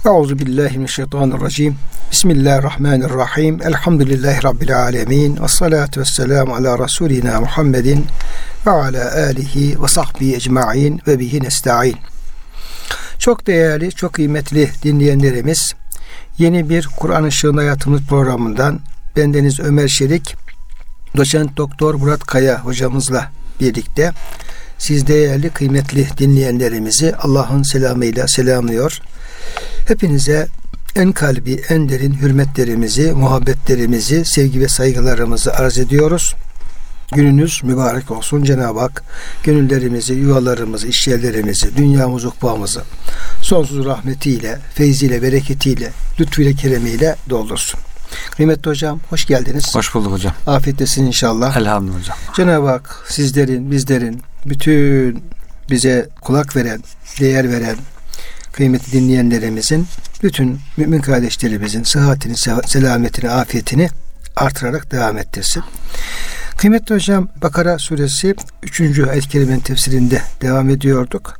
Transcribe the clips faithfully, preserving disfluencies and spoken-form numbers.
Euzubillahimineşşeytanirracim. Bismillahirrahmanirrahim. Elhamdülillahi Rabbil alemin. Ve salatu vesselamu ala Resulina Muhammedin ve ala alihi ve sahbihi ecma'in ve bihi nesta'in. Çok değerli, çok kıymetli dinleyenlerimiz, yeni bir Kur'an Işığında Hayatımız programından bendeniz Ömer Şerik, Doçent Doktor Murat Kaya hocamızla birlikte siz değerli, kıymetli dinleyenlerimizi Allah'ın selamıyla selamlıyor. Hepinize en kalbi, en derin hürmetlerimizi, muhabbetlerimizi, sevgi ve saygılarımızı arz ediyoruz. Gününüz mübarek olsun. Cenab-ı Hak gönüllerimizi, yuvalarımızı, işyerlerimizi, dünyamızı, ukbamızı sonsuz rahmetiyle, feyziyle, bereketiyle, lütfuyla, keremiyle doldursun. Kıymetli hocam, hoş geldiniz. Hoş bulduk hocam. Afiyetlesin inşallah. Elhamdülillah hocam. Cenab-ı Hak sizlerin, bizlerin, bütün bize kulak veren, değer veren kıymetli dinleyenlerimizin, bütün mümin kardeşlerimizin sıhhatini, selametini, afiyetini artırarak devam ettirsin. Kıymetli hocam, Bakara suresi üçüncü ayet-i kerimenin tefsirinde devam ediyorduk.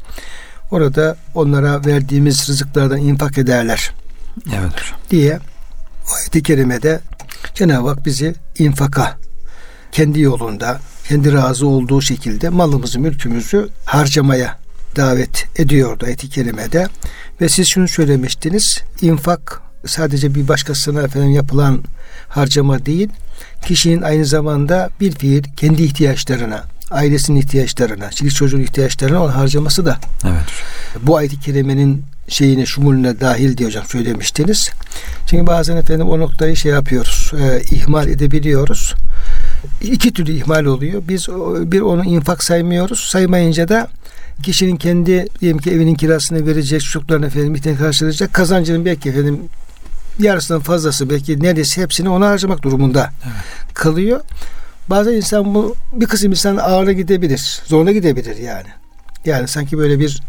Orada onlara verdiğimiz rızıklardan infak ederler. Evet hocam. Diye ayet-i kerimede Cenab-ı Hak bizi infaka, kendi yolunda, kendi razı olduğu şekilde malımızı, mülkümüzü harcamaya davet ediyordu ayet-i kerimede. Ve siz şunu söylemiştiniz: infak sadece bir başkasına efendim yapılan harcama değil, kişinin aynı zamanda bir fiil kendi ihtiyaçlarına, ailesinin ihtiyaçlarına, çilik çocuğun ihtiyaçlarına olan harcaması da evet, bu ayet-i kerimenin şeyine, şumulüne dahil diye hocam söylemiştiniz. Çünkü bazen efendim o noktayı şey yapıyoruz, e, ihmal edebiliyoruz. İki türlü ihmal oluyor. Biz bir onu infak saymıyoruz. Saymayınca da kişinin kendi diyelim ki evinin kirasını verecek, çocuklarına efendim ihtiyaç karşılayacak, kazancının belki efendim yarısından fazlası, belki neredeyse hepsini ona harcamak durumunda evet. kalıyor. Bazen insan bu, bir kısım insan ağırına gidebilir. Zoruna gidebilir yani. Yani sanki böyle bir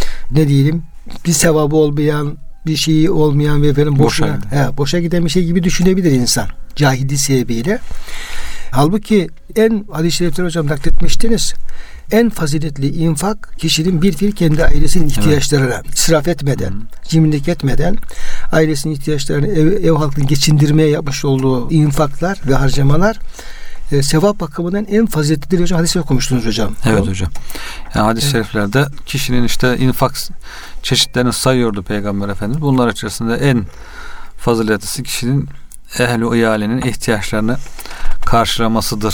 ne diyelim, bir sevabı olmayan, bir şeyi olmayan ve efendim boşuna, boşa, he, boşa giden bir şey gibi düşünebilir insan. Cahilliği sebebiyle. Halbuki en hadis-i şerifler hocam nakletmiştiniz. En faziletli infak kişinin bir fiil kendi ailesinin ihtiyaçlarına evet. israf etmeden, hmm. cimrilik etmeden ailesinin ihtiyaçlarını, ev, ev halkını geçindirmeye yapmış olduğu infaklar ve harcamalar e, sevap bakımından en faziletlidir hocam. Hadis-i okumuştunuz hocam. Evet o. hocam. Yani hadis-i evet. şeriflerde kişinin işte infak çeşitlerini sayıyordu Peygamber Efendimiz. Bunlar içerisinde en faziletlisi kişinin ehl-i iyalenin ihtiyaçlarını karşılamasıdır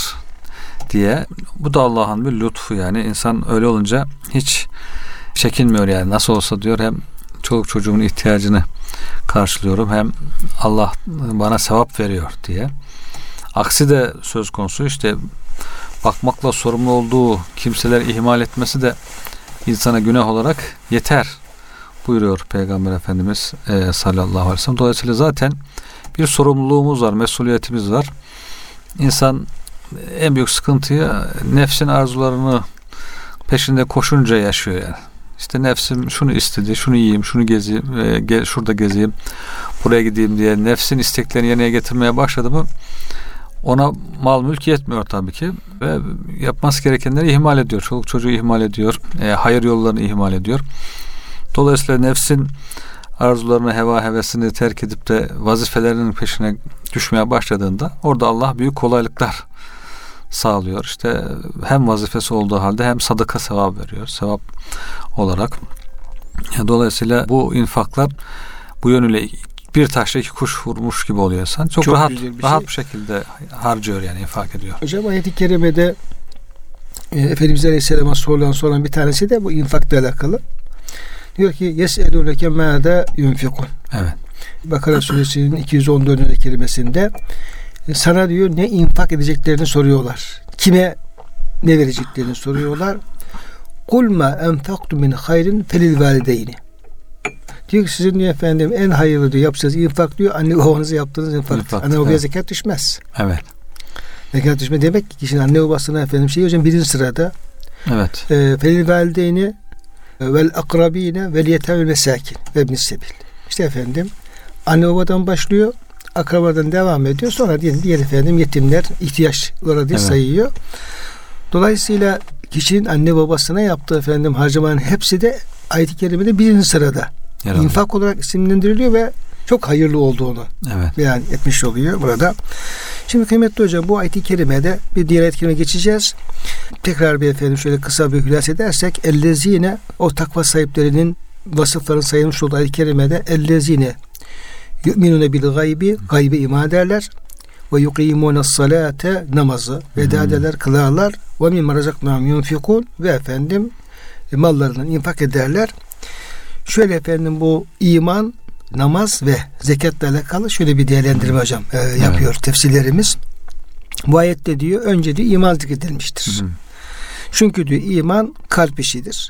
diye. Bu da Allah'ın bir lütfu yani. İnsan öyle olunca hiç çekinmiyor yani. Nasıl olsa diyor, hem çoluk çocuğumun ihtiyacını karşılıyorum, hem Allah bana sevap veriyor diye. Aksi de söz konusu, işte bakmakla sorumlu olduğu kimseler ihmal etmesi de insana günah olarak yeter buyuruyor Peygamber Efendimiz e, sallallahu aleyhi ve sellem. Dolayısıyla zaten bir sorumluluğumuz var, mesuliyetimiz var. İnsan en büyük sıkıntıyı nefsin arzularını peşinde koşunca yaşıyor yani. İşte nefsim şunu istedi, şunu yiyeyim, şunu gezeyim, e, ge, şurada gezeyim, buraya gideyim diye nefsin isteklerini yerine getirmeye başladı mı ona mal mülk yetmiyor tabii ki ve yapması gerekenleri ihmal ediyor. Çoluk çocuğu ihmal ediyor, e, hayır yollarını ihmal ediyor. Dolayısıyla nefsin arzularını, heva hevesini terk edip de vazifelerinin peşine düşmeye başladığında orada Allah büyük kolaylıklar sağlıyor. İşte hem vazifesi olduğu halde hem sadaka sevap veriyor. Sevap olarak. Dolayısıyla bu infaklar bu yönüyle bir taşla iki kuş vurmuş gibi oluyor insan. Çok, Çok rahat bir rahat şey. bir şekilde harcıyor yani, infak ediyor. Hocam ayet-i kerimede e, Efendimiz Aleyhisselam'a sorulan soran bir tanesi de bu infakla alakalı. Diyor ki yes'elûneke mâdâ yunfikun. Evet. Bakara suresinin iki yüz on dördüncü kerimesinde sana diyor ne infak edeceklerini soruyorlar. Kime ne vereceklerini soruyorlar. Kul ma enfaktu min hayrin felil valideyni. Diyor ki sizin diyor efendim en hayırlı diyor yapacağız infak diyor anne babanıza yaptığınız infak. infak anne babaya evet. zekat düşmez. Evet. Zekat düşme demek ki kişinin anne babasına efendim şey hocam birinci sırada. Evet. E, felil valideyni vel akrabine vel yetem ve mesakin ve ibn sebil. İşte efendim anne babadan başlıyor, akrabadan devam ediyor. Sonra diyelim diğer efendim yetimler ihtiyaçlara diye evet. sayıyor. Dolayısıyla kişinin anne babasına yaptığı efendim harcamanın hepsi de ayet-i kerimede birinci sırada. Yer infak alıyor. Olarak isimlendiriliyor ve çok hayırlı olduğunu evet. beyan etmiş oluyor burada. Şimdi kıymetli hocam, bu ayet-i kerimede bir diğer ayet-i kerimeye geçeceğiz. Tekrar bir efendim şöyle kısa bir hülas edersek, ellezine, o takva sahiplerinin vasıfların sayılmış olduğu ayet-i kerimede ellezine yu'minune bil gaybi, gaybi iman ederler ve yukimune salate, namazı eda ederler, kılarlar ve mimma razaknahum yunfikun, ve efendim mallarından infak ederler. Şöyle efendim bu iman, namaz ve zekatla alakalı şöyle bir değerlendirme hocam e, yapıyor evet. tefsirlerimiz. Bu ayette diyor, önce diyor iman zikredilmiştir. Hı hı. Çünkü diyor iman kalp işidir.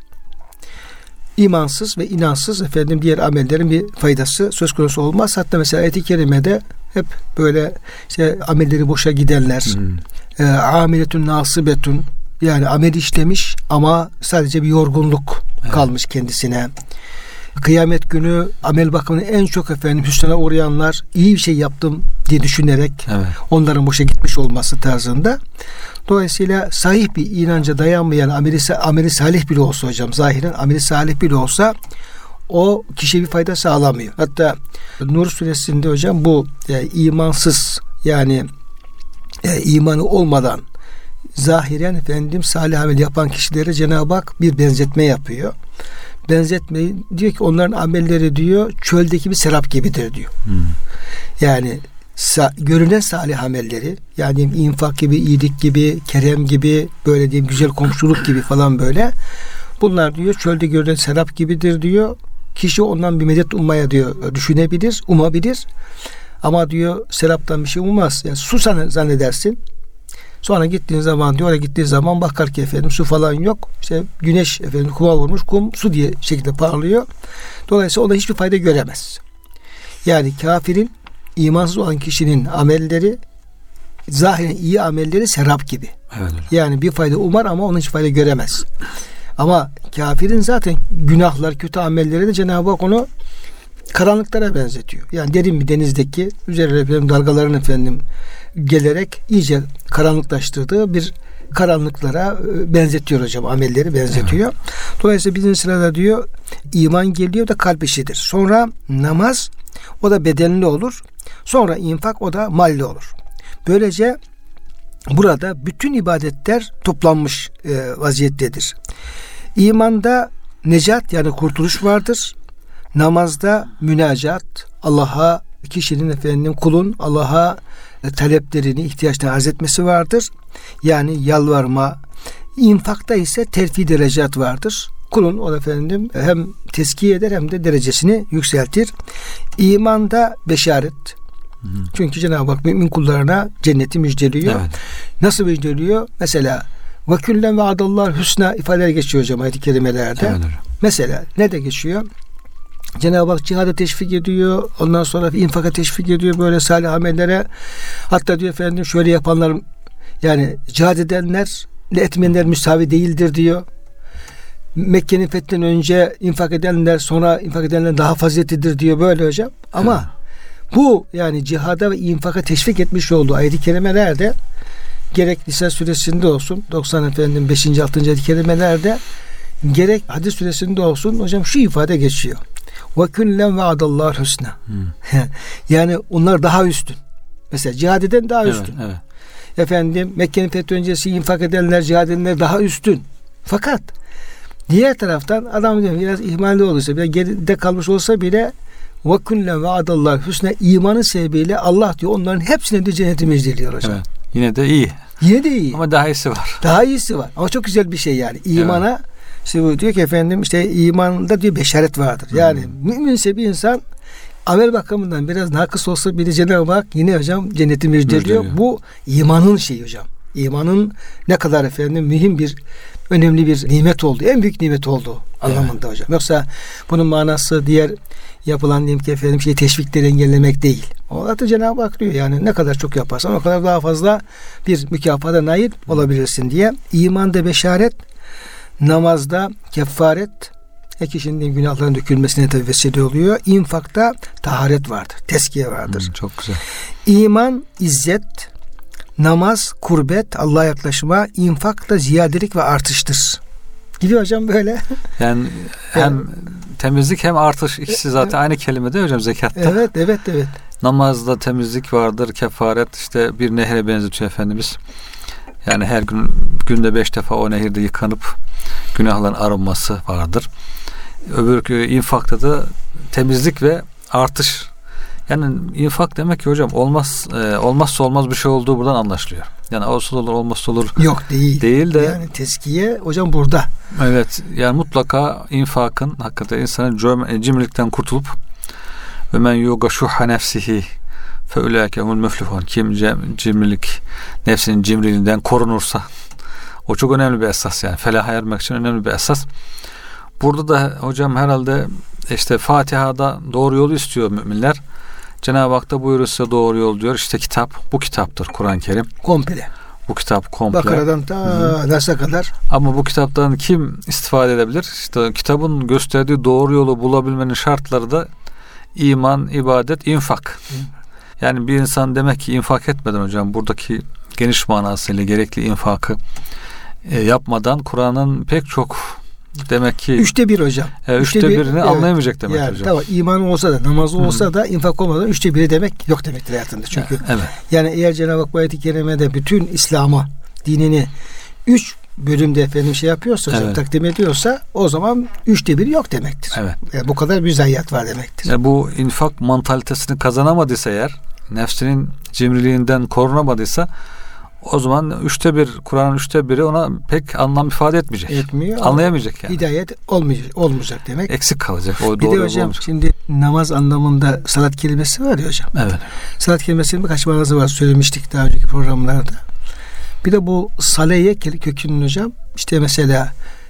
İmansız ve inansız efendim diğer amellerin bir faydası söz konusu olmaz. Hatta mesela ayet-i kerimede hep böyle işte amelleri boşa gidenler, e, amiletun nasibetun, yani amel işlemiş ama sadece bir yorgunluk evet. kalmış kendisine. Kıyamet günü amel bakımından en çok efendim hüsrana uğrayanlar, iyi bir şey yaptım diye düşünerek evet. onların boşa gitmiş olması tarzında. Dolayısıyla sahih bir inanca dayanmayan, ameli, ameli salih bile olsa hocam, zahiren ameli salih bile olsa o kişiye bir fayda sağlamıyor. Hatta Nur suresinde hocam bu e, imansız, yani e, imanı olmadan zahiren efendim salih amel yapan kişilere Cenab-ı Hak bir benzetme yapıyor. Benzetmeyi diyor ki onların amelleri diyor çöldeki bir serap gibidir diyor. Hmm. Yani sa- görünen salih amelleri, yani infak gibi, iyilik gibi, kerem gibi, böyle diyeyim güzel komşuluk gibi falan böyle. Bunlar diyor çölde görünen serap gibidir diyor. Kişi ondan bir medet ummaya diyor düşünebilir, umabilir. Ama diyor seraptan bir şey ummaz. Yani su zannedersin. Sonra gittiğin zaman diyor, oraya gittiğin zaman bakar ki efendim su falan yok. İşte güneş efendim kuma vurmuş, kum su diye şekilde parlıyor. Dolayısıyla ona hiçbir fayda göremez. Yani kafirin, imansız olan kişinin amelleri, zahiren iyi amelleri serap gibi. Evet. Yani bir fayda umar ama onun hiç fayda göremez. Ama kafirin zaten günahlar, kötü amelleri de Cenab-ı Hak onu karanlıklara benzetiyor. Yani derin bir denizdeki üzerine efendim dalgaların efendim gelerek iyice karanlıklaştırdığı bir karanlıklara benzetiyor hocam, amelleri benzetiyor. Evet. Dolayısıyla birinci sırada diyor iman geliyor, da kalp işidir. Sonra namaz, o da bedenli olur. Sonra infak, o da malli olur. Böylece burada bütün ibadetler toplanmış e, vaziyettedir. İmanda necat, yani kurtuluş vardır. Namazda münacat, Allah'a, kişinin efendim kulun Allah'a taleplerini, ihtiyaçlarını arz etmesi vardır. Yani yalvarma. İnfakta ise terfi derecat vardır. Kulun o efendim hem tezkiye eder hem de derecesini yükseltir. İmanda beşaret. Hı hı. Çünkü Cenab-ı Hak mümin kullarına cenneti müjdeliyor. Evet. Nasıl müjdeliyor? Mesela ve küllen vaadallahu hüsna ifadeler geçiyor hocam ayet-i kerimelerde. Evet. Mesela ne de geçiyor? Cenab-ı Hak cihada teşvik ediyor. Ondan sonra infaka teşvik ediyor, böyle salih amellere. Hatta diyor efendim şöyle yapanlar, yani cihad edenler etmeyenler müsavi değildir diyor. Mekke'nin fethinden önce infak edenler sonra infak edenler daha faziletlidir diyor, böyle hocam. Ama evet. bu yani cihada ve infaka teşvik etmiş olduğu ayet-i kerimelerde, gerek Nisa suresinde olsun doksan efendim beşinci altıncı ayet-i kerimelerde, gerek Hadid suresinde olsun hocam şu ifade geçiyor. Ve küllen vaadallahu husna. Hmm. Yani onlar daha üstün. Mesela cihad eden daha üstün. Evet, evet. Efendim Mekke'nin fethi öncesi infak edenler, cihad edenler daha üstün. Fakat diğer taraftan adam diyor biraz ihmalli olursa, biraz geride kalmış olsa bile ve küllen vaadallahu husna, imanı sebebiyle Allah diyor onların hepsine de cenneti müjdeliyor hocam. Evet. Yine de iyi. Yine de iyi. Ama daha iyisi var. Daha iyisi var. Ama çok güzel bir şey yani. İmana evet. İşte bu diyor ki efendim işte imanda diyor beşaret vardır. Yani hmm. müminse bir insan amel bakımından biraz nakıs olsa bile Cenab-ı Hak yine hocam cenneti müjdeliyor. Bu imanın şeyi hocam. İmanın ne kadar efendim mühim bir, önemli bir nimet oldu. En büyük nimet oldu anlamında evet. hocam. Yoksa bunun manası diğer yapılan diyelim ki efendim şey teşvikleri engellemek değil. O da Cenab-ı Hak diyor yani ne kadar çok yaparsan o kadar daha fazla bir mükafata nail olabilirsin diye. İmanda beşaret, namazda kefaret, her kişinin günahların dökülmesine tabi vesile oluyor. İnfakta taharet vardır, teskiye vardır. Hmm, çok güzel. İman, izzet, namaz, kurbet, Allah'a yaklaşma, infak da ziyadelik ve artıştır. Gibi hocam böyle. Yani hem yani, temizlik hem artış ikisi zaten aynı kelimede hocam zekatta. Evet, evet, evet. Namazda temizlik vardır, kefaret işte bir nehre benzetiyor Efendimiz. Yani her gün günde beş defa o nehirde yıkanıp günahların arınması vardır. Öbür infakta da temizlik ve artış. Yani infak demek ki hocam olmaz e, olmazsa olmaz bir şey olduğu buradan anlaşılıyor. Yani olsa olur olmazsa olur. Yok değil. Değil de. Yani tezkiye hocam burada. Evet. Yani mutlaka infakın hakikaten insanın cimrilikten kurtulup ve men yuga şuhha nefsihi fe ulaike humul müflihun. Kim cimrilik nefsinin cimriliğinden korunursa o çok önemli bir esas yani. Felaha ermek için önemli bir esas. Burada da hocam herhalde işte Fatiha'da doğru yolu istiyor müminler. Cenab-ı Hak da buyuruyor size doğru yol diyor. İşte kitap, bu kitaptır Kur'an-ı Kerim. Komple. Bu kitap komple. Bakara'dan ta Nas'a kadar. Ama bu kitaptan kim istifade edebilir? İşte kitabın gösterdiği doğru yolu bulabilmenin şartları da iman, ibadet, infak. Hı. Yani bir insan demek ki infak etmeden hocam buradaki geniş manasıyla gerekli infakı e, yapmadan Kur'an'ın pek çok demek ki üçte bir hocam. E, üçte, üçte birini bir, anlayamayacak demek yani, hocam. Tamam, iman olsa da namazı olsa Hı. da infak olmadan üçte biri demek yok demektir hayatında. Çünkü evet. yani eğer Cenab-ı Hak bu ayet-i kerimede bütün İslam'ı, dinini üç bölümde efendim şey yapıyorsa hocam, evet. takdim ediyorsa o zaman üçte biri yok demektir. Evet. Yani bu kadar bir zayiat var demektir. Yani bu infak mantalitesini kazanamadıysa eğer, nefsinin cimriliğinden korunamadıysa o zaman üçte bir, Kur'an'ın üçte biri ona pek anlam ifade etmeyecek. Etmiyor. Anlayamayacak yani. Hidayet olmayacak, olmayacak demek. Eksik kalacak. O bir de hocam olmayacak. Şimdi namaz anlamında salat kelimesi var ya hocam. Evet. Salat kelimesinin birkaç manası var, söylemiştik daha önceki programlarda. Bir de bu saleye kökünün hocam işte mesela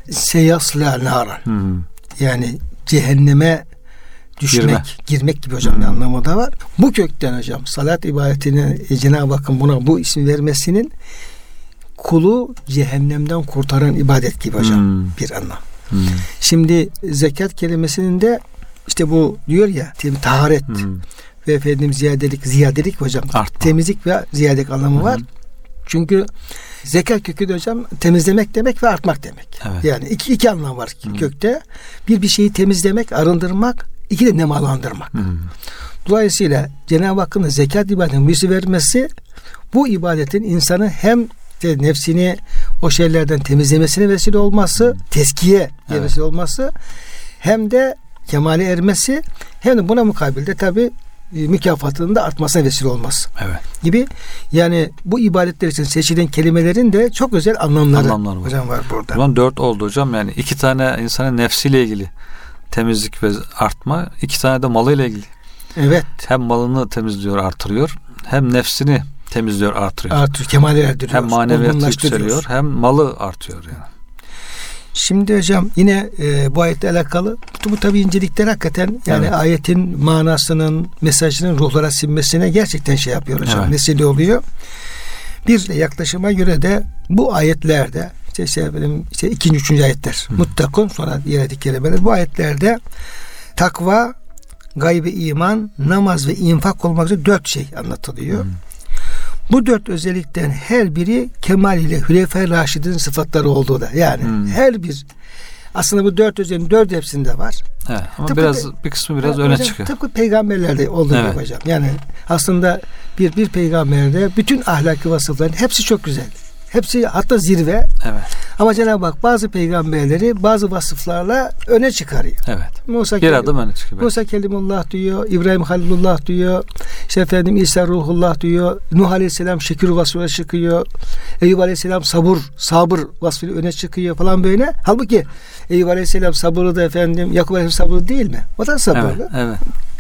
seyasla naran. Hmm. Yani cehenneme düşmek, Girme. girmek gibi hocam hmm. bir anlamı da var. Bu kökten hocam salat ibadetine e, Cenab-ı Hakk'ın buna bu isim vermesinin kulu cehennemden kurtaran ibadet gibi hocam hmm. bir anlam. Hmm. Şimdi zekat kelimesinin de işte bu diyor ya taharet hmm. ve efendim ziyadelik, ziyadelik hocam. Artma. Temizlik ve ziyadelik anlamı hmm. var. Çünkü zekat kökü de hocam temizlemek demek ve artmak demek. Evet. Yani iki, iki anlam var hmm. kökte. Bir bir şeyi temizlemek, arındırmak, iki de nemalandırmak. Hmm. Dolayısıyla Cenab-ı Hakk'ın zekat ibadetinin birisi vermesi bu ibadetin insanı hem de nefsini o şeylerden temizlemesine vesile olması, hmm. teskiye evet. vesile olması, hem de kemale ermesi, hem de buna mukabilde tabi mükafatının da artmasına vesile olması. Evet. Gibi. Yani bu ibadetler için seçilen kelimelerin de çok özel anlamları Anlamlar var. hocam var burada. Bundan dört oldu hocam. Yani iki tane insanın nefsiyle ilgili temizlik ve artma, iki tane de malıyla ilgili. Evet. Hem malını temizliyor, artırıyor, hem nefsini temizliyor, artırıyor. Artıyor, kemale erdiriyor. Hem maneviyatı yükseliyor, hem malı artıyor yani. Şimdi hocam yine e, bu ayetle alakalı bu, bu tabi incelikler hakikaten yani evet. ayetin manasının, mesajının ruhlara sinmesine gerçekten şey yapıyor hocam. Evet. Vesile oluyor. Bir yaklaşıma göre de bu ayetlerde işte, işte, benim, işte ikinci, üçüncü ayetler Hı. muttakun sonra diğer kelimeler bu ayetlerde takva, gayb-i iman, namaz ve infak olmak üzere dört şey anlatılıyor. Hı. Bu dört özellikten her biri kemal ile Hülefai Raşid'in sıfatları olduğu da yani hmm. her bir aslında bu dört özelliğin dört hepsinde var. Evet, ama tıpkı biraz bir kısmı biraz öne hocam, çıkıyor. Tıpkı peygamberlerde olduğu evet. gibi hocam. Yani aslında bir bir peygamberde bütün ahlaki vasıfların hepsi çok güzel. Hepsi hatta zirve. Evet. Ama Cenab-ı Hak bazı peygamberleri bazı vasıflarla öne çıkarıyor. Evet. Musa bir Kelim, adım öne çıkıyor. Musa Kelimullah diyor, İbrahim Halilullah diyor, işte efendim İsa Ruhullah diyor, Nuh Aleyhisselam şekür vasfıyla çıkıyor, Eyüp Aleyhisselam sabır, sabır vasfıyla öne çıkıyor falan böyle. Halbuki Eyüp Aleyhisselam sabırı da efendim Yakup Aleyhisselam sabırı değil mi? O da sabırlı. Evet. evet.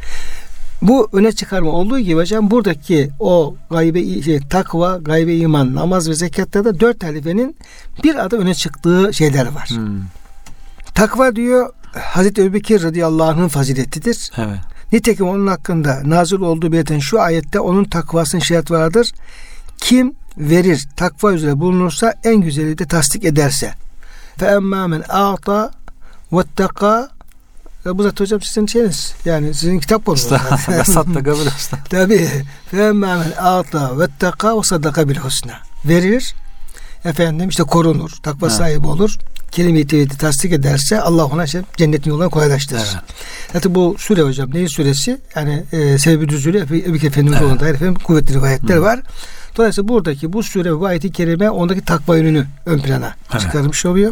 Bu öne çıkarma olduğu gibi hocam buradaki o gaybe şey, takva, gaybe iman, namaz ve zekatta da dört halifenin bir adı öne çıktığı şeyler var. Hmm. Takva diyor Hazreti Ebubekir radıyallahu anh'ın faziletidir. Evet. Nitekim onun hakkında nazil olduğu belirten şu ayette onun takvasının şart vardır. Kim verir, takva üzere bulunursa en güzeli de tasdik ederse. Fe emmâ men a'ta vetteka. Bu zaten hocam sizin şeyiniz. Yani sizin kitap var. Saddaka bil husna. Tabii. Femmâ men âta vetteka ve saddaka bil husna. Verir. Efendim işte korunur. Takva evet. sahibi olur. kelime-i tevhidi tasdik ederse Allah ona işte cennetin yolunu kolaylaştırır. Evet. Zaten bu sure hocam neyin suresi? Yani e, sebebi düzülü Ebu Bekir Efendimiz evet. Dair efendim kuvvetli rivayetler Hı. var. Dolayısıyla buradaki bu sure ve ayet-i kerime ondaki takva yönünü ön plana evet. çıkarmış oluyor.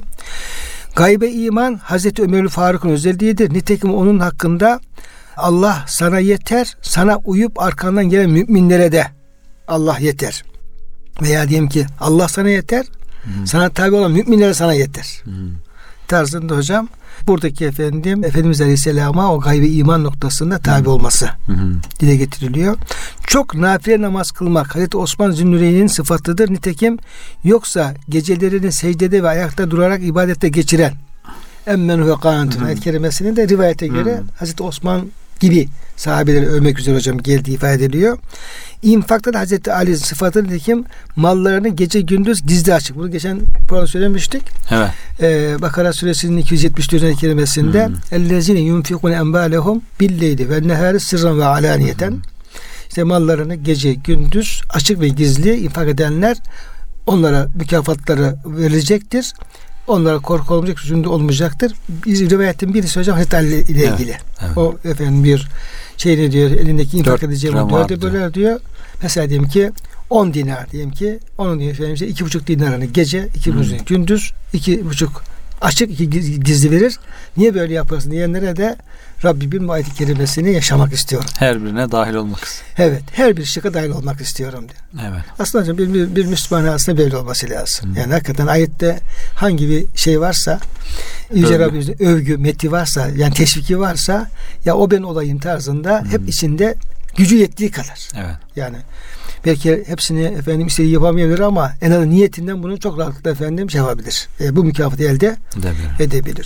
Gaybe iman Hazreti Ömer Faruk'un özelliğidir. Nitekim onun hakkında Allah sana yeter, sana uyup arkandan gelen müminlere de Allah yeter. Veya diyelim ki Allah sana yeter, Hı. sana tabi olan müminlere sana yeter. Hı. Tarzında hocam buradaki efendim Efendimiz Aleyhisselam'a o gaybe iman noktasında tabi olması hı hı. dile getiriliyor. Çok nafile namaz kılmak Hazreti Osman Zünnüreyni'nin sıfatıdır. Nitekim yoksa gecelerini secdede ve ayakta durarak ibadette geçiren emmen ve kanatun ayet kerimesinin de rivayete göre hı. Hazreti Osman gibi sahabeleri övmek üzere hocam geldiği ifade ediliyor. İnfakta da Hazreti Ali'nin sıfatı nitekim mallarını gece gündüz gizli açık. Bunu geçen program söylemiştik. Evet. Ee, Bakara suresinin iki yüz yetmiş dört kelimesinde ellezine yunfikune enbalehum billeyli ve nehari sırran ve alaniyeten. İşte mallarını gece gündüz açık ve gizli infak edenler onlara mükafatları verilecektir. Onlara korku olmayacak, üzüntü olmayacaktır. Biz rivayetin birisi hocam Hazreti Ali ile ilgili. Evet, evet. O efendim bir şey ne diyor, elindeki infak edeceği bu dörde böler diyor. Mesela diyelim ki on dinar diyelim ki onun diyor efendim işte iki buçuk dinarını gece, iki buçuk hmm. gündüz, iki buçuk açık, iki gizli verir. Niye böyle yaparsın diyenlere de Rabbimin ayet-i kerimesini yaşamak istiyorum. Her birine dahil olmak istiyorum. Evet. Her bir şıkka dahil olmak istiyorum diyor. Evet. Aslında hocam bir, bir, bir Müslüman aslında böyle olması lazım. Hmm. Yani hakikaten ayette hangi bir şey varsa Yüce Rabbimizin övgü, meti varsa yani teşviki varsa ya o ben olayım tarzında hmm. hep içinde gücü yettiği kadar. Evet. Yani belki hepsini efendim istediği yapamayabilir ama en azından niyetinden bunu çok rahatlıkla efendim şey yapabilir. E, bu mükafatı elde edebilir. edebilir.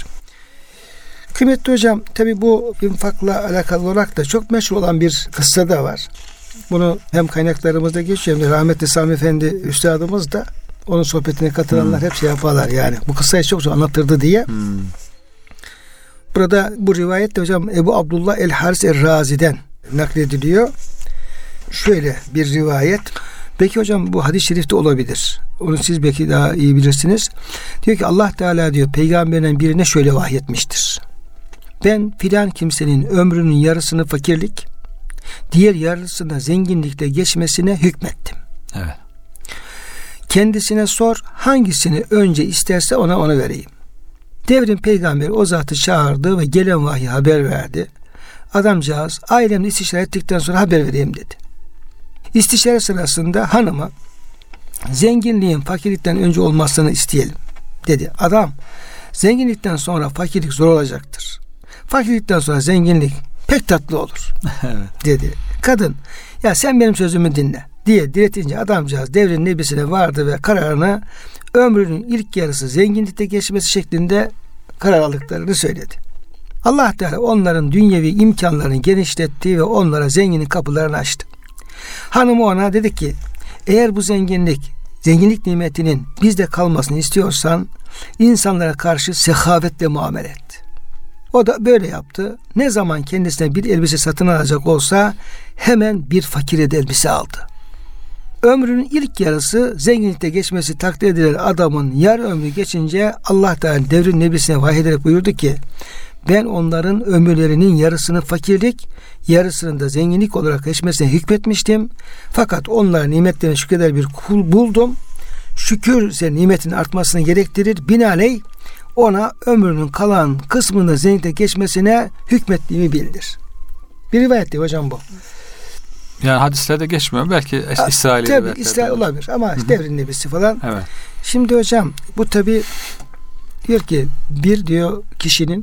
Kıymetli hocam tabi bu infakla alakalı olarak da çok meşhur olan bir kıssa da var. Bunu hem kaynaklarımızda geçiyor hem de rahmetli Sami Efendi üstadımız da onun sohbetine katılanlar hmm. hep şey yaparlar yani. Bu kıssayı çok çok anlatırdı diye. Hmm. Burada bu rivayet de hocam Ebu Abdullah el-Haris el-Razi'den naklediliyor. Şöyle bir rivayet. Belki hocam bu hadis-i şerifte olabilir. Onu siz belki daha iyi bilirsiniz. Diyor ki Allah Teala diyor peygamberinin birine şöyle vahyetmiştir. Ben filan kimsenin ömrünün yarısını fakirlik, diğer yarısını zenginlikle geçmesine hükmettim. Evet. Kendisine sor hangisini önce isterse ona ona vereyim. Devrin peygamberi o zatı çağırdı ve gelen vahyi haber verdi. Adamcağız ailemle istişare ettikten sonra haber vereyim dedi. İstişare sırasında hanıma zenginliğin fakirlikten önce olmasını isteyelim dedi. Adam zenginlikten sonra fakirlik zor olacaktır. Fakirlikten sonra zenginlik pek tatlı olur evet. dedi. Kadın ya sen benim sözümü dinle diye diretince adamcağız devrin nebisine vardı ve kararına ömrünün ilk yarısı zenginlikte geçmesi şeklinde karar aldıklarını söyledi. Allah Teala onların dünyevi imkanlarını genişletti ve onlara zenginin kapılarını açtı. Hanımı ona dedi ki eğer bu zenginlik zenginlik nimetinin bizde kalmasını istiyorsan insanlara karşı sehavetle muamele et. O da böyle yaptı. Ne zaman kendisine bir elbise satın alacak olsa hemen bir fakire de elbise aldı. Ömrünün ilk yarısı zenginlikte geçmesi takdir edilen adamın yarı ömrü geçince Allah Teala devrin nebisine vahyederek buyurdu ki ben onların ömürlerinin yarısını fakirlik, yarısını da zenginlik olarak geçmesine hükmetmiştim. Fakat onlara nimetlerine şükreder bir kul buldum. Şükür ise nimetin artmasını gerektirir. Binaenaleyh ona ömrünün kalan kısmında zenginlikte geçmesine hükmettiğimi bildir. Bir rivayet değil hocam bu. Yani hadislerde geçmiyor. Belki İsrail'de. Tabii İsrail olabilir ama Hı-hı. devrin nebisi falan. Evet. Şimdi hocam bu tabi diyor ki bir diyor kişinin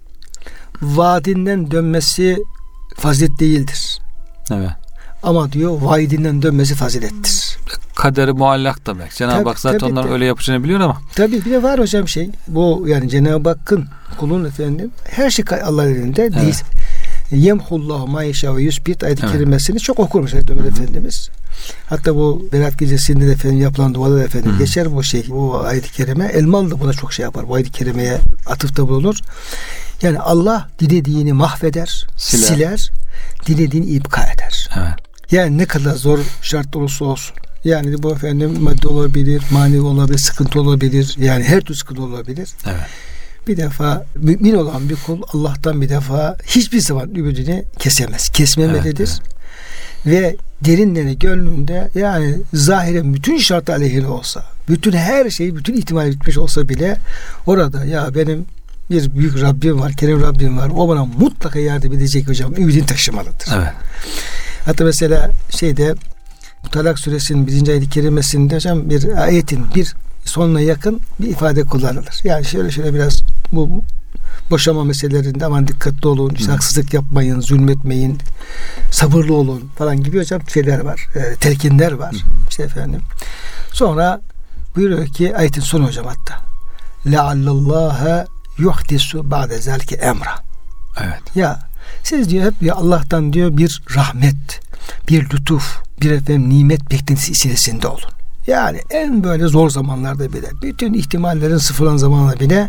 vaadinden dönmesi fazilet değildir. Evet. Ama diyor vaidinden dönmesi fazilettir. Kaderi muallak da belki. Cenab-ı Hak zaten tabii, onların tabii. öyle yapacağını biliyor ama. Tabii bir de var hocam şey. Bu yani Cenab-ı Hakk'ın kulun efendim her şey Allah'ın elinde evet. değil. Yemhullahu ma yeşâ ve yusbit ayet-i evet. kerimesini çok okurmuş Hazreti Ömer Efendimiz. Hatta bu Berat gecesinde de efendim yapılan duada da efendim Hı. geçer bu şey. Bu ayet-i kerime. Elmalı da buna çok şey yapar. Bu ayet-i kerimeye atıfta bulunur. Yani Allah dilediğini mahveder, siler, siler dilediğini ibka eder. Evet. Yani ne kadar zor şart olursa olsun, Yani bu efendim madde olabilir, manevi olabilir, sıkıntı olabilir. Yani her türlü sıkıntı olabilir. Evet. Bir defa mümin olan bir kul Allah'tan bir defa hiçbir zaman ümidini kesemez. Kesmemelidir. Evet, evet. Ve derinleri gönlünde yani zahiren bütün şart aleyhine olsa, bütün her şey, bütün ihtimal bitmiş olsa bile orada ya benim bir büyük Rabbim var, Kerim Rabbim var. O bana mutlaka yardım edecek hocam. Ümidini taşımalıdır. Evet. Hatta mesela şeyde Talak suresinin birinci ayet-i kerimesinde hocam bir ayetin bir sonuna yakın bir ifade kullanılır. Yani şöyle şöyle biraz bu boşama meselelerinde aman dikkatli olun, işte haksızlık yapmayın, zulmetmeyin, sabırlı olun falan gibi hocam şeyler var. E, telkinler var. Hı. İşte efendim. Sonra buyuruyor ki ayetin sonu hocam hatta leallallâhe yuhdisu ba'de zelke emra. Evet. Ya siz diyor hep ya Allah'tan diyor bir rahmet, bir lütuf, bir efendim nimet beklentisi içerisinde olun. Yani en böyle zor zamanlarda bile, bütün ihtimallerin sıfırlan zamanlarda bile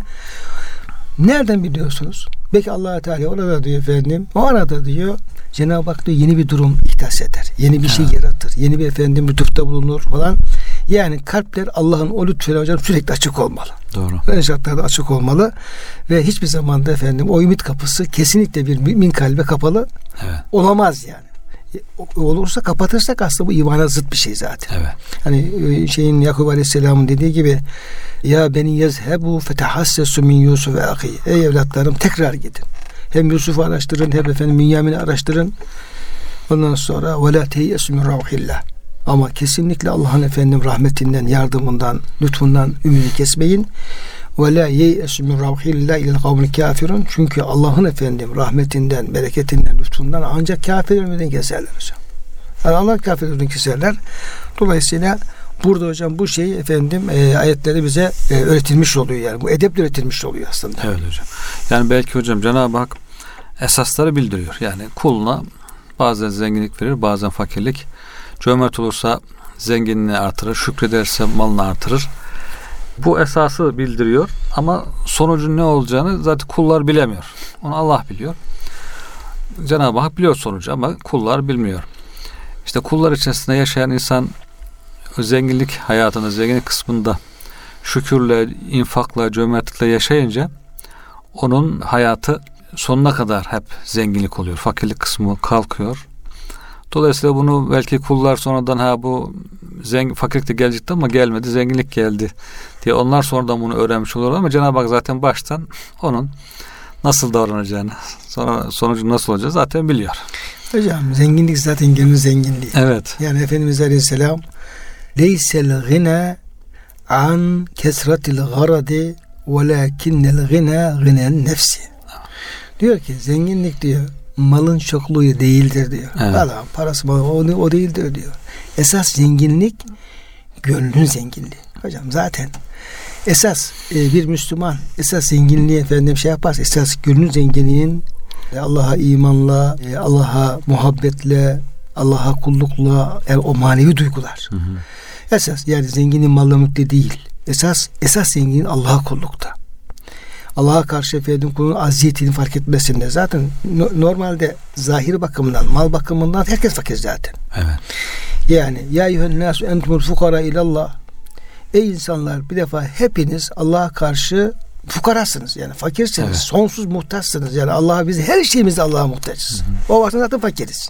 nereden biliyorsunuz? Belki Allah Teala orada diyor efendim, o arada diyor Cenab-ı Hak diyor yeni bir durum ihdas eder. Yeni bir şey evet. yaratır. Yeni bir efendim lütufta bulunur falan. Yani kalpler Allah'ın o lütfuna hocam sürekli açık olmalı. Doğru. Ön şartlarda açık olmalı ve hiçbir zaman da efendim o ümit kapısı kesinlikle bir mümin kalbe kapalı evet. olamaz yani. Olursa kapatırsak aslında bu imana zıt bir şey zaten. Evet. Hani şeyin Yakup Aleyhisselam'ın dediği gibi ya beni yezhebu fetahassesu min Yusuf ve ahi. Ey evlatlarım tekrar gidin. Hem Yusuf'u araştırın hem efendim Bünyamin'i araştırın. Ondan sonra ve la teyyesu min ravhillah. Ama kesinlikle Allah'ın efendim rahmetinden, yardımından, lütfundan ümidi kesmeyin. Ve la yeyesu min ravhillah ilel kavmil kafirun. Çünkü Allah'ın efendim rahmetinden, bereketinden, lütfundan ancak kafir ümidini keserler hocam. Yani Allah kafir ümidini keserler. Dolayısıyla burada hocam bu şey efendim e, ayetleri bize e, öğretilmiş oluyor yani. Bu edep öğretilmiş oluyor aslında. Evet hocam. Yani belki hocam Cenab-ı Hak esasları bildiriyor. Yani kuluna bazen zenginlik verir, bazen fakirlik. Cömert olursa zenginliğini artırır, şükrederse malını artırır. Bu esası bildiriyor ama sonucun ne olacağını zaten kullar bilemiyor. Onu Allah biliyor. Cenab-ı Hak biliyor sonucu ama kullar bilmiyor. İşte kullar içerisinde yaşayan insan zenginlik hayatında, zenginlik kısmında şükürle, infakla, cömertlikle yaşayınca onun hayatı sonuna kadar hep zenginlik oluyor. Fakirlik kısmı kalkıyor. Dolayısıyla bunu belki kullar sonradan ha bu zengin, fakirlik de gelecekti ama gelmedi, zenginlik geldi diye onlar sonradan bunu öğrenmiş oluyorlar ama Cenab-ı Hak zaten baştan onun nasıl davranacağını, sonra sonucu nasıl olacağını zaten biliyor. Hocam zenginlik zaten gönül zenginliği. Evet. Yani Efendimiz Aleyhisselam leysel gina an kesratil garadi velakinnel gina ginen nefsi. Diyor ki zenginlik diyor malın çokluğu değildir diyor. Evet. Valla parası o, o değildir diyor. Esas zenginlik gönlün zenginliği. Hocam zaten esas e, bir Müslüman esas zenginliği efendim şey yaparsa esas gönlün zenginliğin e, Allah'a imanla, e, Allah'a muhabbetle, Allah'a kullukla yani o manevi duygular. Hı hı. Esas yani zenginin malla mülkte değil. Esas esas zenginin Allah'a kullukta. Allah'a karşı efendim kulun aziyetini fark etmesinde zaten no, normalde zahir bakımından, mal bakımından herkes fakir zaten. Evet. Yani ya eyyühen nasu entumul fukara ilallah. Ey insanlar bir defa hepiniz Allah'a karşı fukarasınız. Yani fakirsiniz. Evet. Sonsuz muhtaçsınız. Yani Allah'a biz her şeyimizde Allah'a muhtaçız. Hı hı. O vakti zaten fakiriz.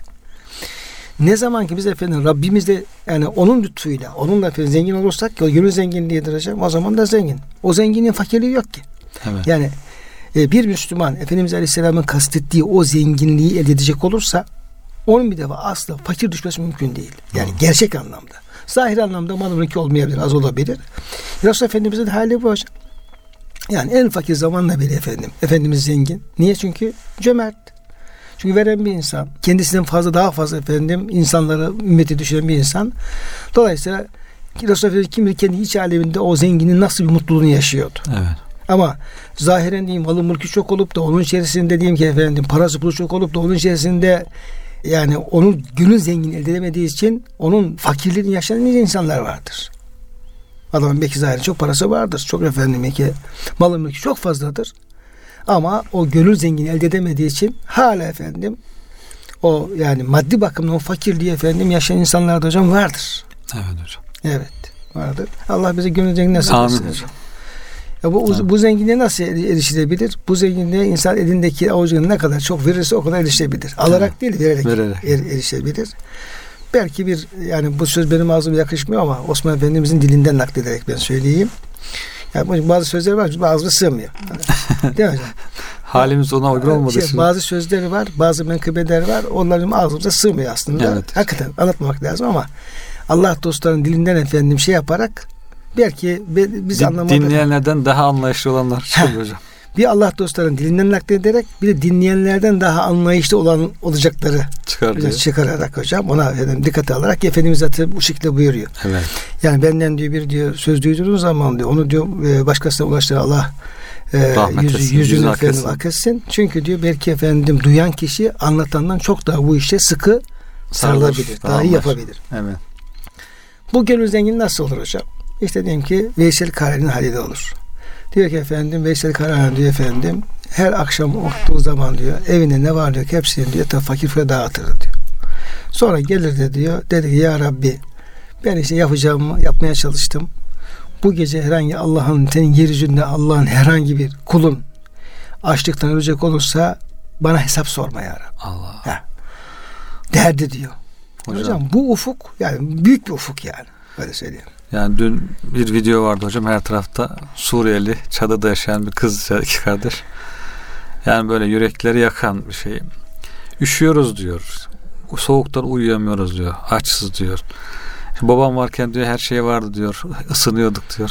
Ne zaman ki biz efendim Rabbimizle yani onun lütfuyla, onunla efendim zengin olursak ki o gönül zenginliğidir hocam. O zaman da zengin. O zenginliğin fakirliği yok ki. Evet. Yani e, bir Müslüman Efendimiz Aleyhisselam'ın kastettiği o zenginliği elde edecek olursa onun bir defa asla fakir düşmesi mümkün değil. Yani hmm. gerçek anlamda. Zahir anlamda malı mülkü olmayabilir, az olabilir. Resul Efendimiz'in hali bu hocam. Yani en fakir zamanla bile efendim. Efendimiz zengin. Niye? Çünkü cömert. Çünkü veren bir insan. Kendisinden fazla daha fazla efendim insanlara ümmeti düşünen bir insan. Dolayısıyla Resul Efendimiz kim bilir kendi iç aleminde o zenginin nasıl bir mutluluğunu yaşıyordu. Evet. Ama zahiren diyeyim malı mülkü çok olup da onun içerisinde diyeyim ki efendim parası pulu çok olup da onun içerisinde yani onun gönül zengin elde edemediği için onun fakirliğini yaşayan insanlar vardır. Adamın belki zahiren çok parası vardır. Çok efendim belki malı mülkü çok fazladır. Ama o gönül zengin elde edemediği için hala efendim o yani maddi bakımdan o fakirliği efendim yaşayan insanlar da hocam vardır. Evet hocam. Evet. Vardır. Allah bize gönül zenginliği nasip etsin hocam. Ya bu, Amin. bu zenginliğe nasıl erişilebilir? Bu zenginliğe insan elindeki avucuna ne kadar çok verirse o kadar erişebilir. Alarak evet. değil, vererek, vererek. Er, erişebilir. Belki bir, yani bu söz benim ağzıma yakışmıyor ama Osman Efendimizin dilinden naklederek ben söyleyeyim. Yani bazı sözler var, bazı sığmıyor. Değil mi hocam? Halimiz ona uygun olmadığı şey, için. Bazı sözleri var, bazı menkıbeler var. Onların ağzımıza sığmıyor aslında. Evet. Hakikaten anlatmamak lazım ama Allah dostlarının dilinden efendim şey yaparak belki biz Din, anlamadık. Dinleyenlerden daha anlayışlı olanlar çıkıyor hocam. Bir Allah dostlarının dilinden naklederek bir de dinleyenlerden daha anlayışlı olan olacakları Çıkar çıkararak hocam ona efendim dikkate alarak Efendimiz zaten bu şekilde buyuruyor. Evet. Yani benden diyor bir diyor söz duyduğunuz zaman diyor onu diyor başkasına ulaştıran Allah e, yüzü, yüzünü efendim hak etsin. Çünkü diyor belki efendim duyan kişi anlatandan çok daha bu işe sıkı sarılabilir. Daha iyi yapabilir. Evet. Bu gönül zengini nasıl olur hocam? İşte diyelim ki Veysel Karani'nin hali de olur. Diyor ki efendim Veysel Karani diyor efendim her akşam okuduğu zaman diyor evinde ne var diyor hepsini diyor tabi fakir fukara dağıtırdı diyor. Sonra gelir de diyor dedi ki ya Rabbi ben işte yapacağımı yapmaya çalıştım. Bu gece herhangi Allah'ın senin yeryüzünde Allah'ın herhangi bir kulun açlıktan ölecek olursa bana hesap sorma ya Rabbi. Allah. Ha. Derdi diyor. Hocam. Hocam bu ufuk yani büyük bir ufuk yani. Öyle söyleyeyim. Yani dün bir video vardı hocam her tarafta Suriyeli çadırda yaşayan bir kız iki kardeş. Yani böyle yürekleri yakan bir şey. Üşüyoruz diyor. Soğuktan uyuyamıyoruz diyor. Açsız diyor. Babam varken diyor her şey vardı diyor. Isınıyorduk diyor.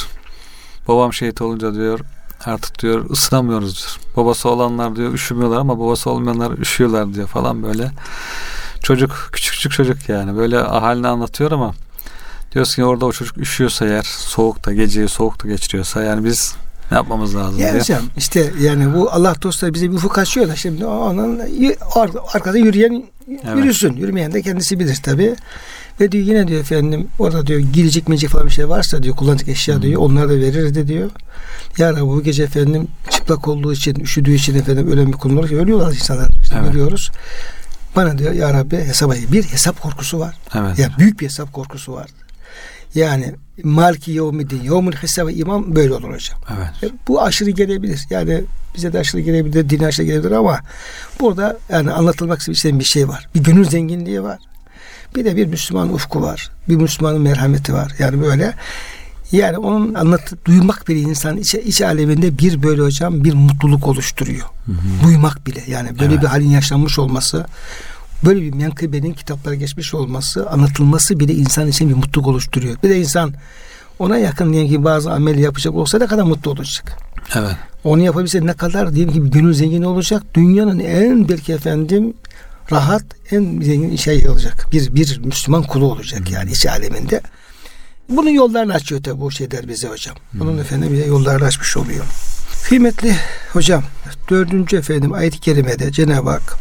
Babam şehit olunca diyor artık diyor ısınamıyoruz diyor. Babası olanlar diyor üşümüyorlar ama babası olmayanlar üşüyorlar diyor falan böyle. Çocuk küçük küçük çocuk yani böyle halini anlatıyor ama diyorsun ki orada o çocuk üşüyorsa eğer soğukta geceyi soğukta geçiriyorsa yani biz ne yapmamız lazım ya diye. Hocam işte yani bu Allah dostları bize bir ufuk açıyor da şimdi onun arkada yürüyen evet. yürüsün. Yürümeyen de kendisi bilir tabi. Ve diyor yine diyor efendim orada diyor girecek mecik falan bir şey varsa diyor kullanacak eşya hmm. diyor onları da verir de diyor. Ya Rabbi bu gece efendim çıplak olduğu için üşüdüğü için efendim ölen bir kullanır ki ölüyorlar insanlar. İşte evet. Ölüyoruz. Bana diyor ya Rabbi hesaba bir hesap korkusu var. Evet. Yani büyük bir hesap korkusu var. Yani Maliki yevmiddin yevmul hesab ve iman böyle olur hocam. Evet. Bu aşırı gelebilir. Yani bize de aşırı gelebilir, dine aşırı gelebilir ama burada yani anlatılmak istediğim bir şey var. Bir gönül zenginliği var. Bir de bir Müslüman ufku var. Bir Müslümanın merhameti var. Yani böyle yani onun anlatıp duymak bile insan iç, iç aleminde bir böyle hocam bir mutluluk oluşturuyor. Hı hı. Duymak bile yani böyle evet. bir halin yaşanmış olması, böyle bir menkıbenin kitaplara geçmiş olması, anlatılması bile insan için bir mutluluk oluşturuyor. Bir de insan ona yakın diyelim ki bazı amel yapacak olsa ne kadar mutlu olacak. Evet. Onu yapabilse ne kadar diyelim ki gönül zengini olacak. Dünyanın en belki efendim rahat en zengin şey olacak. Bir bir Müslüman kulu olacak yani iç aleminde. Bunun yollarını açıyor tabi bu şeyler bize hocam. Bunun hmm. efendim bize yollarını açmış oluyor. Kıymetli hocam dördüncü efendim ayet-i kerimede Cenab-ı Hak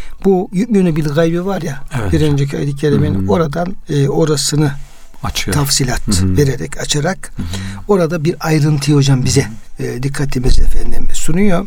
bu yu'minu bil gaybi var ya evet. bir önceki ayet-i kerimenin hmm. oradan e, orasını açıyor. Tafsilat hmm. vererek açarak hmm. orada bir ayrıntıyı hocam bize e, dikkatimizi efendim sunuyor.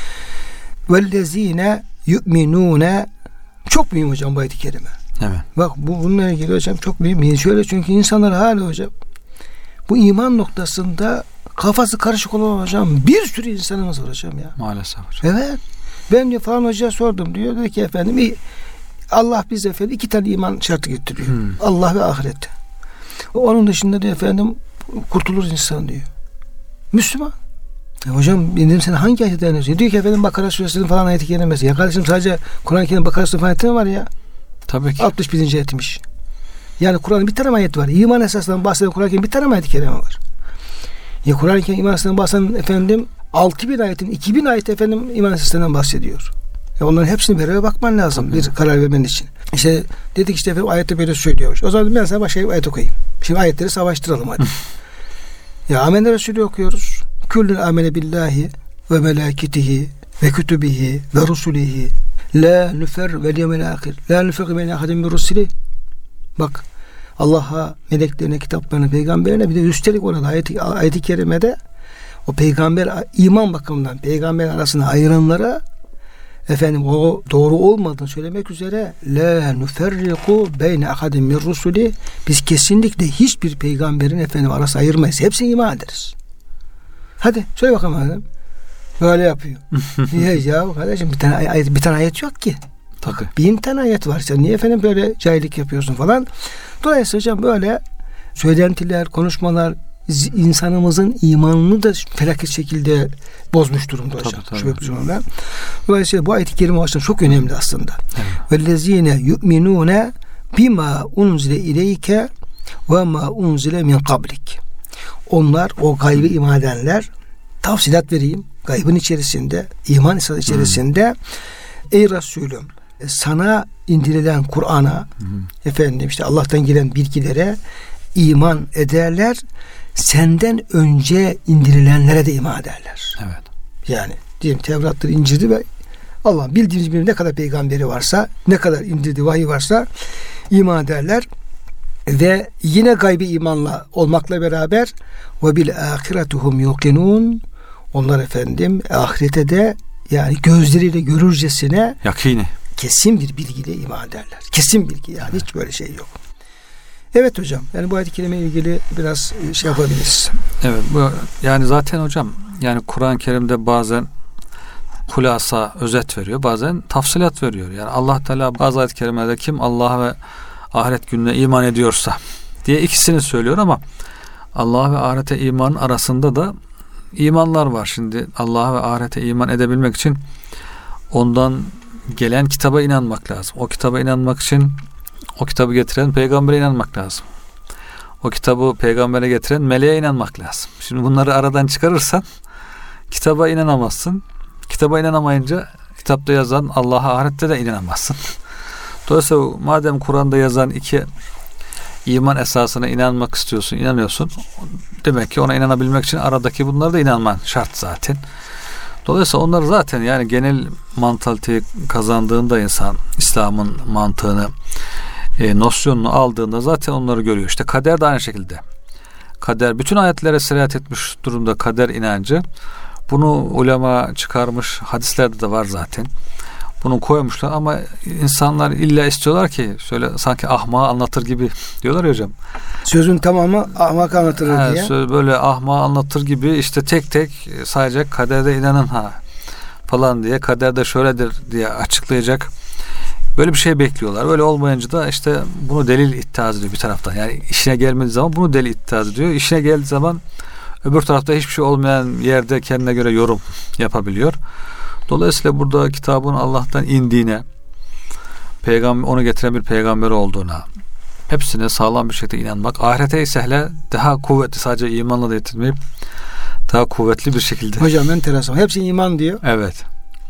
Vellezine yu'minune çok mühim hocam bu ayet-i kerime. Evet. Bak bu bununla ilgili hocam çok mühim. Şöyle çünkü insanlar hala hocam bu iman noktasında kafası karışık olan hocam bir sürü insanımız var hocam ya. Maalesef hocam. Evet. Ben diyor falan hocaya sordum diyor. Dedi ki efendim Allah bize efendim iki tane iman şartı getiriyor. Hmm. Allah ve ahiret. Onun dışında diyor efendim kurtulur insan diyor. Müslüman. Ya hocam dedim sen hangi ayete dayanıyorsun? Diyor ki efendim Bakara suresinin falan ayeti kerimesi. Ya kardeşim sadece Kur'an-ı Kerim Bakara suresi ayeti mi var ya? Tabii ki. altmış birinci ayetmiş. Yani Kur'an'ın bir tane ayet var. İman esasından bahseden Kur'an-ı Kerim bir tane ayet-i kerime var. Ya Kur'an-ı Kerim iman esasından bahseden efendim altı bin ayetin iki bin ayet efendim iman esasından bahsediyor. Ya onların hepsini beraber bakman lazım Tabii. bir karar vermen için. İşte dedik işte efendim ayette böyle söylüyormuş. O zaman ben sana başka bir ayet okuyayım. Şimdi ayetleri savaştıralım hadi. Ya Amenna Resulü okuyoruz. Küllün amene billahi ve melâketihi ve kütübihi ve rusulihi la nüfer vel yevmel ahir la nüfer beyne ahadin min rusuli. Bak Allah'a, meleklerine, kitaplarına, peygamberine bir de üstelik orada ayet-i, ayet-i kerimede o peygamber iman bakımından peygamber arasında ayıranlara efendim o doğru olmadığını söylemek üzere la nuferriku beyne ahadin min rusuli, biz kesinlikle hiçbir peygamberin efendim arası ayırmayız. Hepsine iman ederiz. Hadi söyle bakalım efendim. Böyle yapıyor. Niye ya kardeşim, bir tane ayet, bir tane ayet yok ki. Tabii. Bin tane ayet var. Sen niye efendim böyle cahillik yapıyorsun falan. Dolayısıyla hocam böyle söylentiler, konuşmalar insanımızın imanını da felaket şekilde bozmuş durumda hocam. Tabii, tabii. Dolayısıyla bu ayet-i kerime aslında çok önemli aslında. Vellezine yu'minune bima unzile ileyke ve ma unzile min kablik. Onlar, o gaybı iman edenler, tafsilat vereyim, gaybın içerisinde, iman esası içerisinde, hmm. ey Resulüm, sana indirilen Kur'an'a, hmm. efendim işte Allah'tan gelen bilgilere iman ederler, senden önce indirilenlere de iman ederler. Evet. Yani diyelim Tevrat'tır, İncil'dir ve Allah bildiğimiz bir ne kadar peygamberi varsa, ne kadar indirdiği vahiy varsa iman ederler. Ve yine gaybi imanla olmakla beraber ve bil ahiretuhum yuqinun, onlar efendim ahirete de yani gözleriyle görürcesine yakini, kesin bir bilgiyle iman ederler. Kesin bilgi yani, hiç böyle şey yok. Evet hocam, yani bu ayet-i kerime ile ilgili biraz şey yapabiliriz. Evet, bu yani zaten hocam, yani Kur'an-ı Kerim'de bazen hulasa, özet veriyor, bazen tafsilat veriyor. Yani Allah Teala bazı ayet-i kerimede kim Allah'a ve ahiret gününe iman ediyorsa diye ikisini söylüyor ama Allah ve ahirete imanın arasında da imanlar var. Şimdi Allah'a ve ahirete iman edebilmek için ondan gelen kitaba inanmak lazım. O kitaba inanmak için o kitabı getiren peygambere inanmak lazım. O kitabı peygambere getiren meleğe inanmak lazım. Şimdi bunları aradan çıkarırsan kitaba inanamazsın. Kitaba inanamayınca kitapta yazan Allah'a, ahirette de inanamazsın. Dolayısıyla madem Kur'an'da yazan iki iman esasına inanmak istiyorsun, inanıyorsun, demek ki ona inanabilmek için aradaki bunlara da inanman şart zaten. Dolayısıyla onlar zaten yani genel mantaliteyi kazandığında insan, İslam'ın mantığını, e, nosyonunu aldığında zaten onları görüyor. İşte kader de aynı şekilde. Kader, bütün ayetlere sirayet etmiş durumda kader inancı. Bunu ulema çıkarmış, hadislerde de var zaten. Bunu koymuşlar ama insanlar illa istiyorlar ki şöyle sanki ahmağı anlatır gibi diyorlar ya hocam. Sözün tamamı ahmak anlatır ha, diye. Söz böyle ahmağı anlatır gibi işte tek tek sadece kaderde inanın ha falan diye, kaderde şöyledir diye açıklayacak. Böyle bir şey bekliyorlar. Böyle olmayınca da işte bunu delil iddia ediyor bir taraftan. Yani işine gelmediği zaman bunu delil iddia ediyor. İşine geldiği zaman öbür tarafta hiçbir şey olmayan yerde kendine göre yorum yapabiliyor. Dolayısıyla burada kitabın Allah'tan indiğine, peygamber, onu getiren bir peygamber olduğuna, hepsine sağlam bir şekilde inanmak, ahirete ise hele daha kuvvetli, sadece imanla da yetinmeyip daha kuvvetli bir şekilde. Hocam enteresan. Hepsi iman diyor. Evet.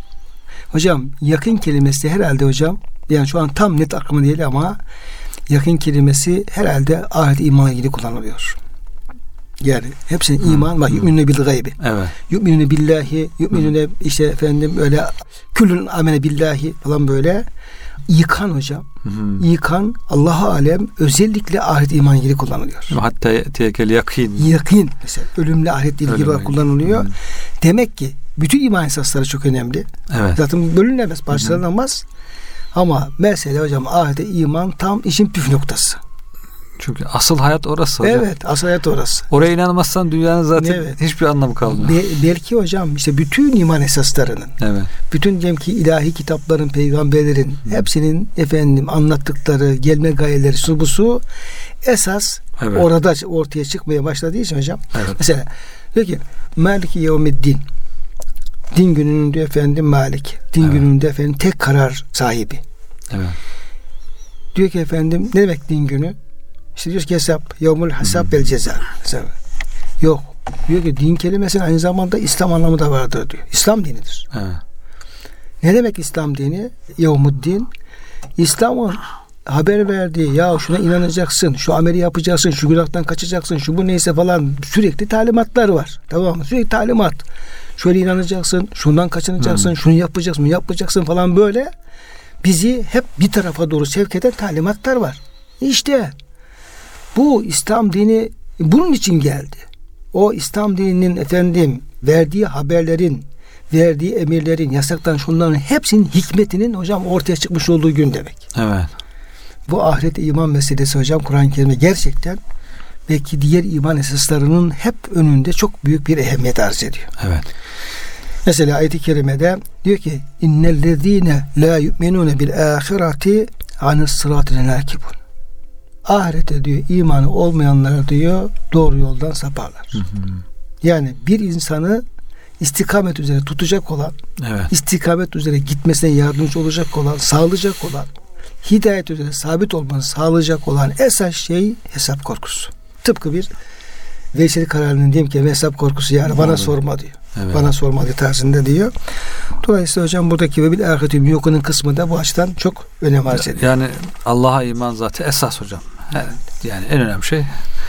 Hocam yakın kelimesi herhalde hocam, yani şu an tam net aklıma değil ama yakın kelimesi herhalde ahiret imanla ilgili kullanılıyor. Yani hepsinin hmm. iman var. Yu'minune bil gaybi. Evet. Yu'minune billahi, yu'minune hmm. işte efendim öyle küllün amene billahi falan böyle yıkan hocam. Hmm. Yıkan Allah'a alem özellikle ahiret iman ilgili kullanılıyor. Hatta tekel yakin. Yakin mesela ölümle ahiretle ilgili olarak kullanılıyor. Hmm. Demek ki bütün iman esasları çok önemli. Evet. Zaten bölünemez, parçalanamaz. Hmm. Ama mesela hocam ahirete iman tam işin püf noktası. Çünkü asıl hayat orası hocam. Evet, asıl hayat orası. Oraya inanmazsan dünyanın zaten evet. hiçbir anlamı kalmıyor. Be- belki hocam işte bütün iman esaslarının, evet. bütün diyelim ki ilahi kitapların, peygamberlerin Hı. hepsinin efendim anlattıkları, gelme gayeleri, su bu su esas evet. orada ortaya çıkmaya başladığı için hocam. Evet. Mesela diyor ki Maliki yevmiddin, din gününün diyor efendim Malik, din evet. gününde efendim tek karar sahibi. Evet. Diyor ki efendim ne demek din günü? İşte diyor ki hesap, yevmul hesap vel ceza. Yok. Diyor ki din kelimesinin aynı zamanda İslam anlamı da vardır diyor. İslam dinidir. Evet. Ne demek İslam dini? Yevmuddin. İslam'ın haber verdiği, ya şuna inanacaksın, şu ameli yapacaksın, şu günahtan kaçacaksın, şu bu neyse falan sürekli talimatlar var. Tamam mı? Sürekli talimat. Şöyle inanacaksın, şundan kaçınacaksın, hmm. şunu yapacaksın, bunu yapacaksın falan böyle bizi hep bir tarafa doğru sevk eden talimatlar var. İşte bu İslam dini bunun için geldi. O İslam dininin efendim verdiği haberlerin verdiği emirlerin, yasaktan şunların hepsinin hikmetinin hocam ortaya çıkmış olduğu gün demek. Evet. Bu ahiret iman meselesi hocam Kur'an-ı Kerim'de gerçekten belki diğer iman esaslarının hep önünde çok büyük bir ehemmiyet arz ediyor. Evet. Mesela ayet-i kerimede diyor ki innellezine la yu'minune bil ahireti anis sıratı lenakibun. Ahirete diyor imanı olmayanlar diyor doğru yoldan saparlar. Hı hı. Yani bir insanı istikamet üzere tutacak olan, evet. istikamet üzere gitmesine yardımcı olacak olan, sağlayacak olan, hidayet üzere sabit olmanı sağlayacak olan esas şey hesap korkusu. Tıpkı bir Veysel Kararı'nın diyeyim ki hesap korkusu yani bana sorma diyor. Evet. Bana sorma diye tarzında diyor. Dolayısıyla hocam buradaki ve bil ahiretü yukunun kısmı da bu açıdan çok önem arz ediyor. Yani Allah'a iman zaten esas hocam. Evet. Yani en önemli şey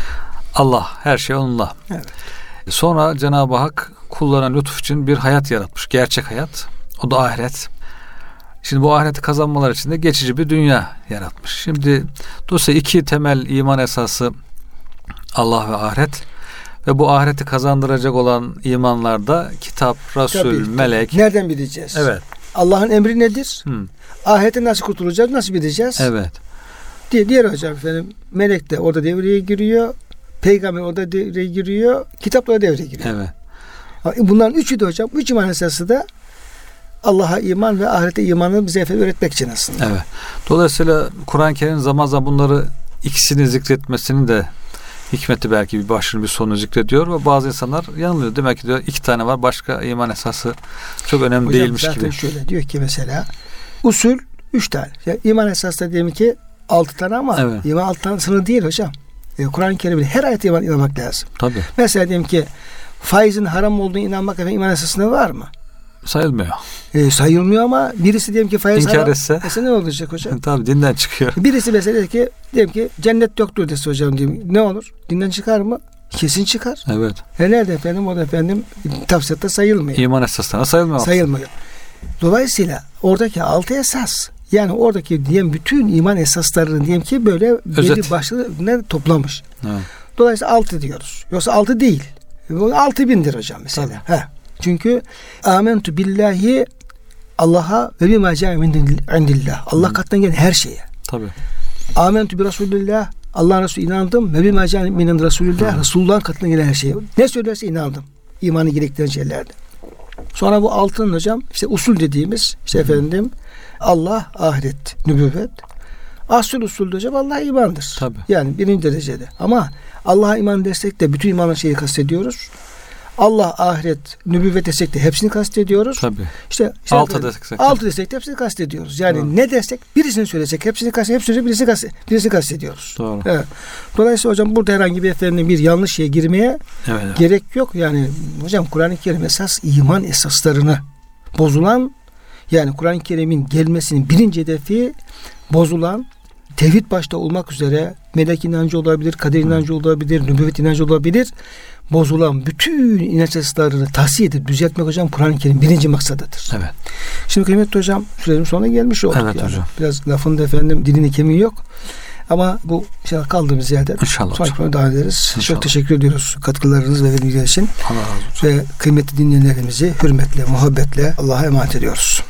Allah, her şey onunla. Evet. Sonra Cenab-ı Hak kullarına lütuf için bir hayat yaratmış. Gerçek hayat. O da ahiret. Şimdi bu ahireti kazanmalar için de geçici bir dünya yaratmış. Şimdi dolayısıyla iki temel iman esası Allah ve ahiret. Ve bu ahireti kazandıracak olan imanlarda kitap, Resul, tabii, melek. Nereden bileceğiz? Evet. Allah'ın emri nedir? Hmm. Ahirete nasıl kurtulacağız? Nasıl bileceğiz? Evet. Diye, diğer hocam efendim melek de orada devreye giriyor. Peygamber orada devreye giriyor. Kitap da devreye giriyor. Evet. Bunların üçü de hocam, üç iman esası da Allah'a iman ve ahirete imanı bize efendim öğretmek için aslında. Evet. Dolayısıyla Kur'an-ı Kerim zaman zaman bunları ikisini zikretmesinin de hikmeti belki bir başını bir sonu zikrediyor ve bazı insanlar yanılıyor. Demek ki diyor iki tane var. Başka iman esası çok önemli hocam, değilmiş zaten gibi. Şöyle diyor ki mesela usul üç tane. Yani iman esası da diyelim ki altı tane ama evet. iman altı tane sınır değil hocam. Ee, Kur'an-ı Kerim'de her ayete iman inanmak lazım. Tabii. Mesela diyelim ki faizin haram olduğunu inanmak efendim iman esasında var mı? Sayılmıyor. E, sayılmıyor ama birisi diyelim ki faiz İnkar haram. etse. Mesela ne olacak hocam? Tabii dinden çıkıyor. Birisi mesela ki diyelim ki cennet yoktur dese hocam diyeyim. Ne olur? Dinden çıkar mı? Kesin çıkar. Evet. E nerede efendim? O da efendim tavsiyatta sayılmıyor. İman esaslarına sayılmıyor. Sayılmıyor. Dolayısıyla oradaki altı esas yani oradaki diyelim bütün iman esaslarını diyelim ki böyle belli başlı toplamış. Evet. Dolayısıyla altı diyoruz. Yoksa altı değil. Altı bindir hocam mesela. He. Çünkü amentu billahi Allah'a ve bima ca'a indillah. Allah katından gelen her şeye. Tabii. Amentu bi Resulillah. Allah'ın Resulü inandım ve bima ca'a min Resulillah. Resulullah'ın katından gelen her şeye. Ne söylerse inandım. İmanı gerektiren şeylerde. Sonra bu altın hocam işte usul dediğimiz işte efendim Allah, ahiret, nübüvvet. Asıl usul hocam Allah'a imandır. Tabii. Yani birinci derecede. Ama Allah'a iman desek de bütün imanın şeyi kastediyoruz. Allah, ahiret, nübüvvet desek de hepsini kastediyoruz. Tabii. İşte, işte altı desek. Altı desek de hepsini kastediyoruz. Yani Doğru. ne desek birisini söylesek hepsini kastediyoruz. Hepsini birisi kastediyoruz. Birisi kastediyoruz. Doğru. Evet. Dolayısıyla hocam burada herhangi bir efendim bir yanlış şeye girmeye evet, evet. gerek yok. Yani hocam Kur'an-ı Kerim esas iman esaslarını bozulan yani Kur'an-ı Kerim'in gelmesinin birinci hedefi bozulan tevhid başta olmak üzere melek inancı olabilir, kader inancı olabilir, nübüvvet inancı olabilir. Bozulan bütün inanç esaslarını tahsiye edip düzeltmek hocam Kur'an-ı Kerim birinci maksadıdır. Evet. Şimdi kıymetli hocam sürenin sonuna gelmiş olduk. Evet yani. hocam. Biraz lafın da efendim dilini kemiği yok. Ama bu inşallah kaldığımız yerden İnşallah sonraki devam ederiz. İnşallah. Çok teşekkür ediyoruz katkılarınız ve verdiğiniz için. Allah razı olsun. Ve kıymetli dinleyenlerimizi hürmetle, muhabbetle Allah'a emanet ediyoruz.